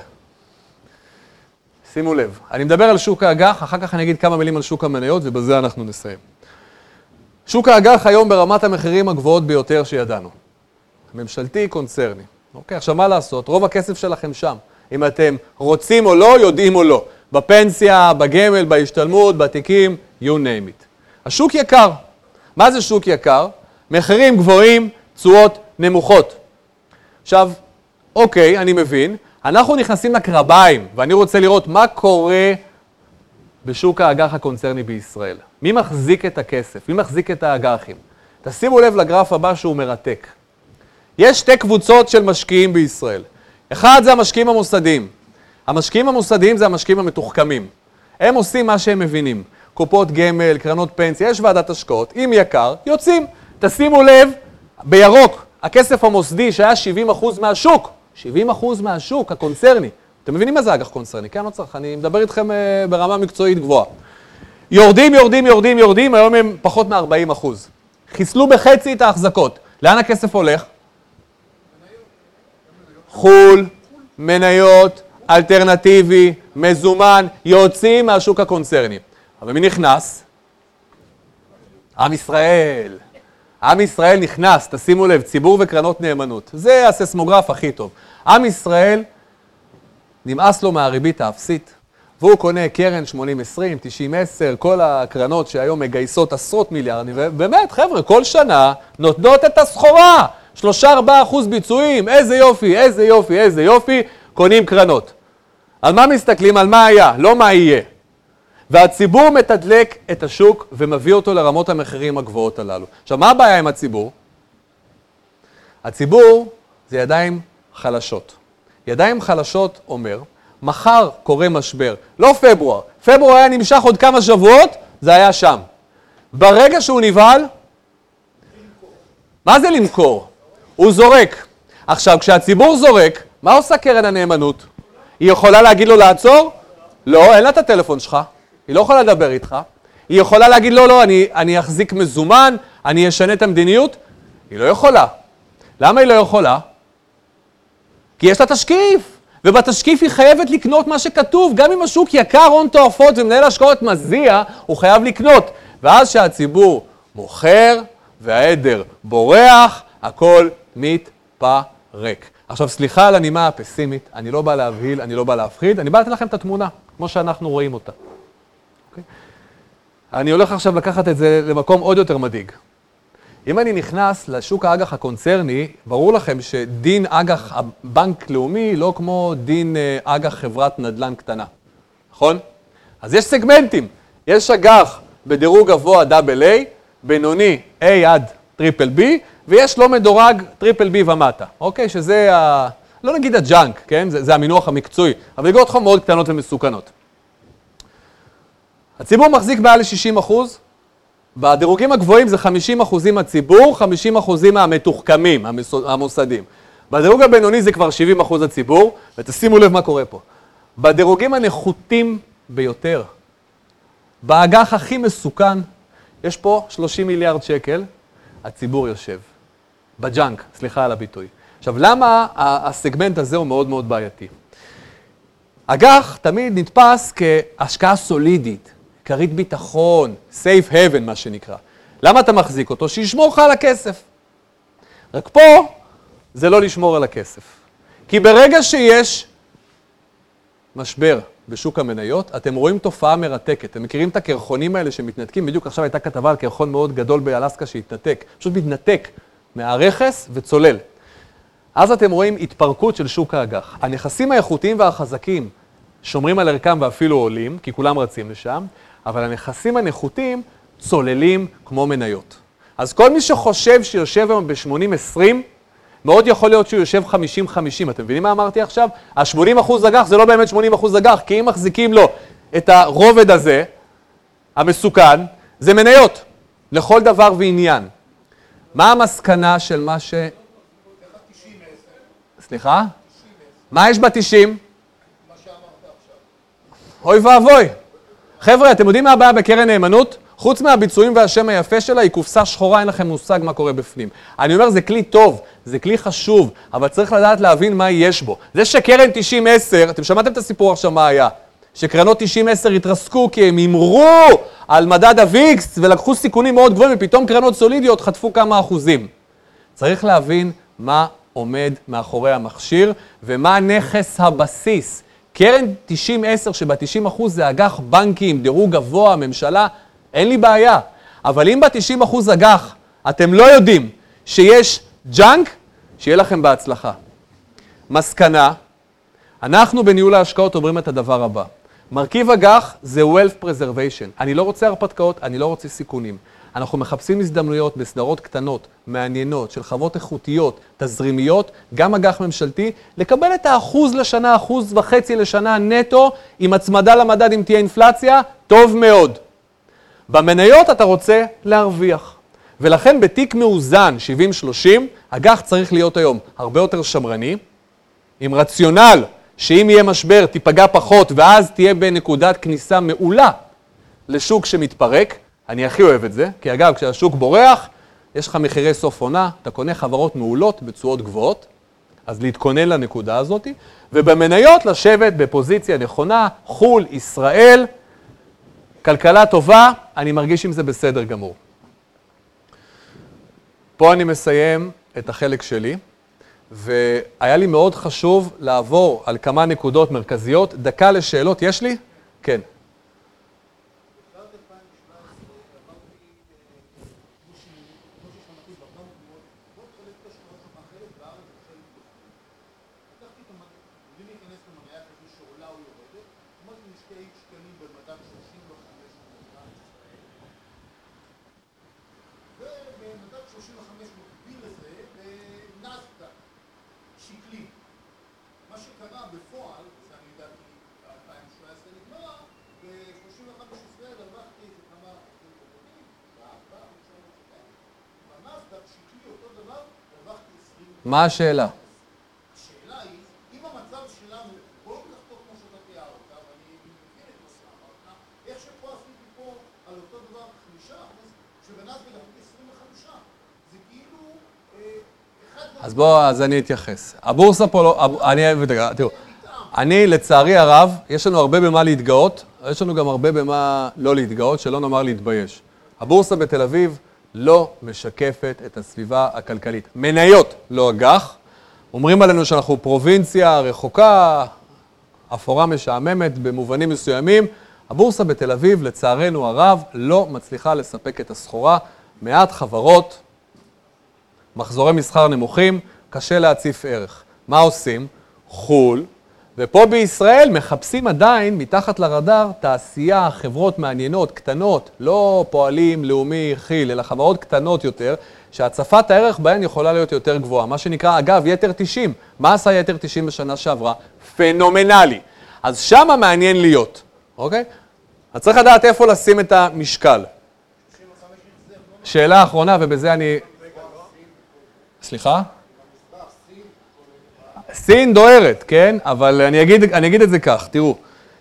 שימו לב, אני מדבר על שוק האג"ח, אחר כך אני אגיד כמה מילים על שוק המניות, ובזה אנחנו נסיים. שוק האג"ח היום ברמת המחירים הגבוהות ביותר שידענו. ממשלתי, קונצרני. אוקיי, עכשיו מה לעשות? רוב הכסף שלכם שם. אם אתם רוצים או לא, יודעים או לא. בפנסיה, בגמל, בהשתלמות, בתיקים, you name it. השוק יקר. מה זה שוק יקר? מחירים גבוהים, תשואות נמוכות. עכשיו, אוקיי, אני מבין. אנחנו נכנסים לקרביים, ואני רוצה לראות מה קורה בשוק האג"ח הקונצרני בישראל. מי מחזיק את הכסף? מי מחזיק את האג"חים? תשימו לב לגרף הבא שהוא מרתק. יש שתי קבוצות של משקיעים בישראל. אחד זה המשקיעים המוסדיים. המשקיעים המוסדיים זה המשקיעים המתוחכמים. הם עושים מה שהם מבינים. קופות גמל, קרנות פנסיה, יש ועדת השקעות. אם יקר, יוצאים. תשימו לב, בירוק, הכסף המוסדי שהיה 70% מהשוק. 70% מהשוק הקונצרני. אתם מבינים מה זה אג"ח קונצרני? כן, לא צריך. אני מדבר איתכם ברמה מקצועית גבוהה. יורדים, היום הם פחות מ-40%. חיסלו בחצי את ההחזקות. לאן הכסף הולך? חול, מניות, אלטרנטיבי, מזומן, יוצאים מהשוק הקונצרני. אבל מי נכנס? עם ישראל. עם ישראל נכנס, תשימו לב, ציבור וקרנות נאמנות. זה הססמוגרף הכי טוב. עם ישראל נמאס לו מהריבית האפסית, והוא קונה קרן 80-20, 90-10, כל הקרנות שהיום מגייסות עשרות מיליארדים, ובאמת, חבר'ה, כל שנה נותנות את הסחורה. 3-4% ביצועים, איזה יופי, איזה יופי, איזה יופי, קונים קרנות. על מה מסתכלים? על מה היה, לא מה יהיה. והציבור מתדלק את השוק ומביא אותו לרמות המחירים הגבוהות הללו. עכשיו, מה הבעיה עם הציבור? הציבור זה ידיים חלשות. ידיים חלשות אומר, מחר קורה משבר, לא פברואר. פברואר היה נמשך עוד כמה שבועות, זה היה שם. ברגע שהוא נבהל, מה זה למכור? הוא זורק. עכשיו, כשהציבור זורק, מה עושה קרן הנאמנות? היא יכולה להגיד לו לעצור? לא, אין לה את הטלפון שלך. היא לא יכולה לדבר איתך. היא יכולה להגיד לו, לא, אני אחזיק מזומן, אני אשנה את המדיניות. היא לא יכולה. למה היא לא יכולה? כי יש לה תשקיף. ובתשקיף היא חייבת לקנות מה שכתוב. גם אם השוק יקר הון תועפות ומנהל השקעות מזיע, הוא חייב לקנות. ואז שהציבור מוכר והעדר בורח, הכל מתפרק. עכשיו, סליחה על הנימה הפסימית, אני לא בא להבהיל, אני לא בא להפחיד, אני בא לתת לכם את התמונה, כמו שאנחנו רואים אותה. Okay? אני הולך עכשיו לקחת את זה למקום עוד יותר מדאיג. אם אני נכנס לשוק האג"ח הקונצרני, ברור לכם שדין אג"ח בנק לאומי לא כמו דין אג"ח חברת נדל"ן קטנה. נכון? אז יש סגמנטים. יש אג"ח בדירוג גבוה AA, בינוני A עד טריפל B, ויש לא מדורג טריפל B ומטה. אוקיי? שזה, לא נגיד הג'אנק, כן? זה המינוח המקצועי, אבל אגרות חוב מאוד קטנות ומסוכנות. הציבור מחזיק מעל ל-60%, בדירוגים הגבוהים זה 50% מהציבור, 50% מהמתוחכמים, המוסדים. בדירוג הבינוני זה כבר 70% הציבור, ותשימו לב מה קורה פה. בדירוגים הנחותים ביותר, באג"ח הכי מסוכן, יש פה 30 מיליארד שקל, הציבור יושב. בג'אנק, סליחה על הביטוי. עכשיו, למה הסגמנט הזה הוא מאוד מאוד בעייתי? אג"ח תמיד נתפס כהשקעה סולידית, כרית ביטחון, safe haven מה שנקרא. למה אתה מחזיק אותו? שישמור לך על הכסף. רק פה זה לא לשמור על הכסף. כי ברגע שיש משבר בשוק המניות, אתם רואים תופעה מרתקת. אתם מכירים את הקרחונים האלה שמתנתקים? בדיוק עכשיו הייתה כתבה על קרחון מאוד גדול באלסקה שהתנתק. פשוט מתנתק מהרכס וצולל. אז אתם רואים התפרקות של שוק האג"ח. הנכסים האיכותיים והחזקים שומרים על ערכם ואפילו עולים, כי כולם רצים לשם, אבל הנכסים הנחותים צוללים כמו מניות. אז כל מי שחושב שיושב היום ב-80-20, מאוד יכול להיות שהוא יושב 50-50. אתם מבינים מה אמרתי עכשיו? ה-80% אג"ח זה לא באמת 80% אג"ח, כי אם מחזיקים לו את הרובד הזה, המסוכן, זה מניות, לכל דבר ועניין. מה המסקנה של מה ש... סליחה? מה יש ב-90? אוי ואבוי. חבר'ה, אתם יודעים מה הבעיה בקרן נאמנות? חוץ מהביצועים והשם היפה שלה, היא קופסה שחורה, אין לכם מושג מה קורה בפנים. אני אומר, זה כלי טוב, זה כלי חשוב, אבל צריך לדעת להבין מה יש בו. זה שקרן 90-10, אתם שמעתם את הסיפור עכשיו מה היה? שקרנות 90-10 התרסקו כי הם אמרו על מדד הוויקס ולקחו סיכונים מאוד גבוהים, ופתאום קרנות סולידיות חטפו כמה אחוזים. צריך להבין מה עומד מאחורי המכשיר, ומה נכס הבסיס. קרן 90-10 שב-90% זה אג"ח בנקים, דירוג גבוה, ממשלה, אין לי בעיה. אבל אם ב-90% אג"ח אתם לא יודעים שיש ג'אנק, שיהיה לכם בהצלחה. מסקנה, אנחנו בניהול ההשקעות אומרים את הדבר הבא. מרכיב אג"ח זה wealth preservation. אני לא רוצה הרפתקאות, אני לא רוצה סיכונים. אנחנו מחפשים הזדמנויות בסדרות קטנות, מעניינות, של חברות איכותיות, תזרימיות, גם אג"ח ממשלתי, לקבל את האחוז לשנה, 1.5% לשנה נטו, עם הצמדה למדד אם תהיה אינפלציה, טוב מאוד. במניות אתה רוצה להרוויח. ולכן בתיק מאוזן 70-30, אג"ח צריך להיות היום הרבה יותר שמרני, עם רציונל שאם יהיה משבר תיפגע פחות, ואז תהיה בנקודת כניסה מעולה לשוק שמתפרק. אני הכי אוהב את זה, כי אגב, כשהשוק בורח, יש לך מחירי סוף עונה, אתה קונה חברות מעולות בצורות גבוהות, אז להתכונן לנקודה הזאת, ובמניות לשבת בפוזיציה נכונה, חול, ישראל, כלכלה טובה, אני מרגיש עם זה בסדר גמור. פה אני מסיים את החלק שלי, והיה לי מאוד חשוב לעבור על כמה נקודות מרכזיות. דקה לשאלות, יש לי? כן. מה השאלה? השאלה היא, אם המצב שלנו כל כך טוב כמו שאתה תיארת, ואני מבין את מה שאמרת, איך שפה עשיתי פה על אותו דבר 5%, שבנסדק עשיתי 25%, זה כאילו... אז אני אתייחס. הבורסה פה לא... תראו, אני לצערי הרב, יש לנו הרבה במה להתגאות, יש לנו גם הרבה במה לא להתגאות, שלא נאמר להתבייש. הבורסה בתל אביב לא משקפת את הסביבה הכלכלית. מניות לא אג"ח, אומרים עלינו שאנחנו פרובינציה רחוקה, אפורה משעממת במובנים מסוימים. הבורסה בתל אביב, לצערנו הרב, לא מצליחה לספק את הסחורה. מעט חברות, מחזורי מסחר נמוכים, קשה להציף ערך. מה עושים? חול. ופה בישראל מחפשים עדיין מתחת לרדאר תעשייה, חברות מעניינות, קטנות, לא פועלים, לאומי, חיל, אלא חברות קטנות יותר, שהצפת הערך בהן יכולה להיות יותר גבוהה. מה שנקרא, אגב, יתר 90. מה עשה יתר 90 בשנה שעברה? פנומנלי. אז שמה מעניין להיות, אוקיי? אז צריך לדעת איפה לשים את המשקל. שאלה אחרונה, ובזה אני... סליחה? סין דוהרת, כן? אבל אני אגיד את זה כך, תראו.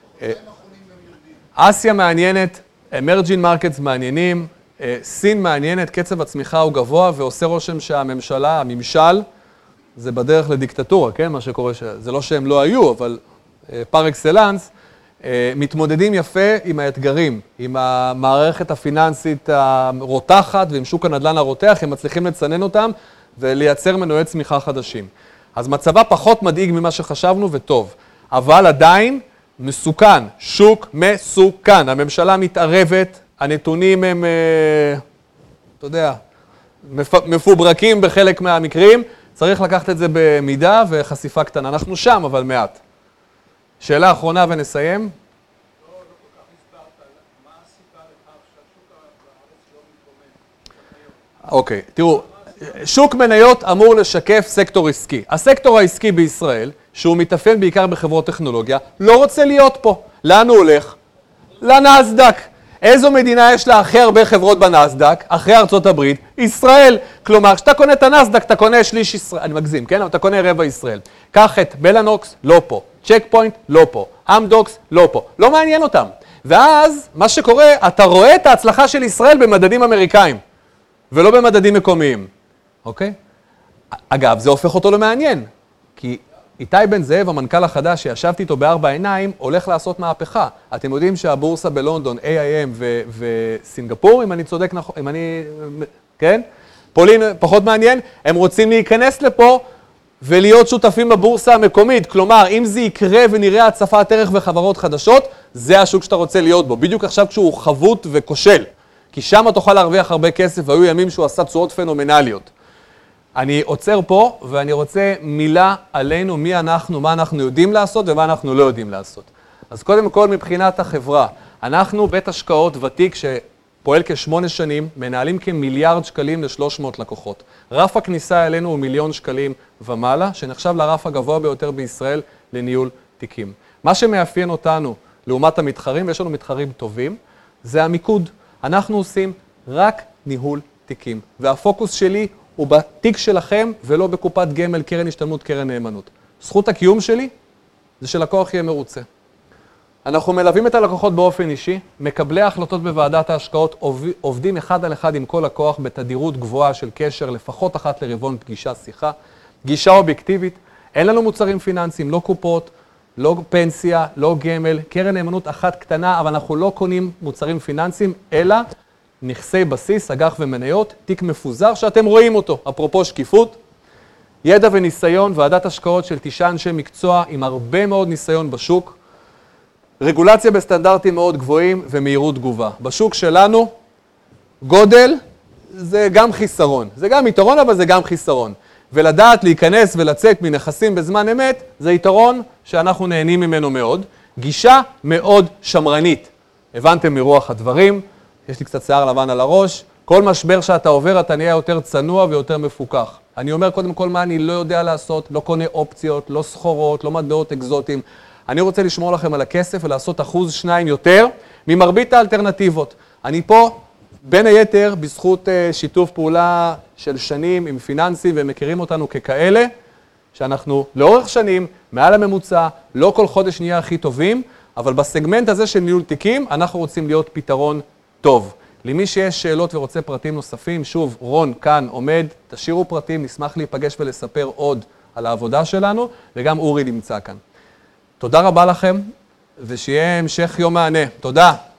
אסיה מעניינת, אמרג'ינג מרקטס מעניינים, סין מעניינת, קצב הצמיחה הוא גבוה, ועושה רושם שהממשלה, הממשל, זה בדרך לדיקטטורה, כן? מה שקורה, זה לא שהם לא היו, אבל פר אקסלנס, מתמודדים יפה עם האתגרים, עם המערכת הפיננסית הרותחת ועם שוק הנדל"ן הרותח, הם מצליחים לצנן אותם ולייצר מנועי צמיחה חדשים. אז מצבה פחות מדאיג ממה שחשבנו וטוב, אבל עדיין מסוכן, שוק מסוכן. הממשלה מתערבת, הנתונים הם, אתה יודע, מפוברקים בחלק מהמקרים, צריך לקחת את זה במידה וחשיפה קטנה. אנחנו שם, אבל מעט. שאלה אחרונה ונסיים. לא כל כך הסברת, מה הסיבה לכך שהשוק בארץ לא מתקומם? אוקיי, תראו. שוק מניות אמור לשקף סקטור עסקי. הסקטור העסקי בישראל, שהוא מתאפיין בעיקר בחברות טכנולוגיה, לא רוצה להיות פה. לאן הוא הולך? לנסדק. איזו מדינה יש לה הכי הרבה חברות בנסדק? אחרי ארצות הברית? ישראל. כלומר, כשאתה קונה את הנסדק, אתה קונה שליש ישראל. אני מגזים, כן? אבל אתה קונה רבע ישראל. קח את בלנוקס, לא פה. צ'ק פוינט, לא פה. אמדוקס, לא פה. לא מעניין אותם. ואז, מה שקורה, אתה רואה את ההצלחה של ישראל במדדים אמריקאים, ולא במדדים מקומיים. אוקיי? אגב, זה הופך אותו למעניין, כי איתי בן זאב, המנכ"ל החדש שישבתי איתו בארבע עיניים, הולך לעשות מהפכה. אתם יודעים שהבורסה בלונדון, AIM וסינגפור, אם אני צודק נכון, אם אני, כן? פולין פחות מעניין, הם רוצים להיכנס לפה ולהיות שותפים בבורסה המקומית. כלומר, אם זה יקרה ונראה הצפת ערך וחברות חדשות, זה השוק שאתה רוצה להיות בו. בדיוק עכשיו כשהוא חבוט וכושל. כי שם תוכל להרוויח הרבה כסף, והיו ימים שהוא עשה תשואות פנומנליות. אני עוצר פה, ואני רוצה מילה עלינו, מי אנחנו, מה אנחנו יודעים לעשות ומה אנחנו לא יודעים לעשות. אז קודם כל, מבחינת החברה, אנחנו בית השקעות ותיק שפועל כ8 שנים, מנהלים כמיליארד שקלים ל300 לקוחות. רף הכניסה אלינו הוא 1,000,000 שקלים ומעלה, שנחשב לרף הגבוה ביותר בישראל לניהול תיקים. מה שמאפיין אותנו, לעומת המתחרים, ויש לנו מתחרים טובים, זה המיקוד. אנחנו עושים רק ניהול תיקים, והפוקוס שלי הוא בתיק שלכם ולא בקופת גמל, קרן השתלמות, קרן נאמנות. זכות הקיום שלי זה שלקוח יהיה מרוצה. אנחנו מלווים את הלקוחות באופן אישי, מקבלי ההחלטות בוועדת ההשקעות עובדים אחד על אחד עם כל לקוח בתדירות גבוהה של קשר, לפחות אחת לרבעון פגישה שיחה, גישה אובייקטיבית. אין לנו מוצרים פיננסיים, לא קופות, לא פנסיה, לא גמל, קרן נאמנות אחת קטנה, אבל אנחנו לא קונים מוצרים פיננסיים, אלא נכסי בסיס, אג"ח ומניות, תיק מפוזר שאתם רואים אותו. אפרופו שקיפות, ידע וניסיון, ועדת השקעות של 9 אנשי מקצוע עם הרבה מאוד ניסיון בשוק, רגולציה בסטנדרטים מאוד גבוהים ומהירות תגובה. בשוק שלנו, גודל זה גם חיסרון. זה גם יתרון, אבל זה גם חיסרון. ולדעת להיכנס ולצאת מנכסים בזמן אמת, זה יתרון שאנחנו נהנים ממנו מאוד. גישה מאוד שמרנית. הבנתם מרוח הדברים, יש לי קצת שיער לבן על הראש. כל משבר שאתה עובר, אתה נהיה יותר צנוע ויותר מפוקח. אני אומר קודם כל מה אני לא יודע לעשות, לא קונה אופציות, לא סחורות, לא מטבעות אקזוטיים. אני רוצה לשמור לכם על הכסף ולעשות 1-2% יותר ממרבית האלטרנטיבות. אני פה בין היתר בזכות שיתוף פעולה של שנים עם פיננסים, והם מכירים אותנו ככאלה, שאנחנו לאורך שנים, מעל הממוצע, לא כל חודש נהיה הכי טובים, אבל בסגמנט הזה של ניהול תיקים, אנחנו רוצים להיות פתרון טוב. למי שיש שאלות ורוצה פרטים נוספים, שוב, רון כאן עומד, תשאירו פרטים, נשמח להיפגש ולספר עוד על העבודה שלנו, וגם אורי נמצא כאן. תודה רבה לכם, ושיהיה המשך יום מענה. תודה.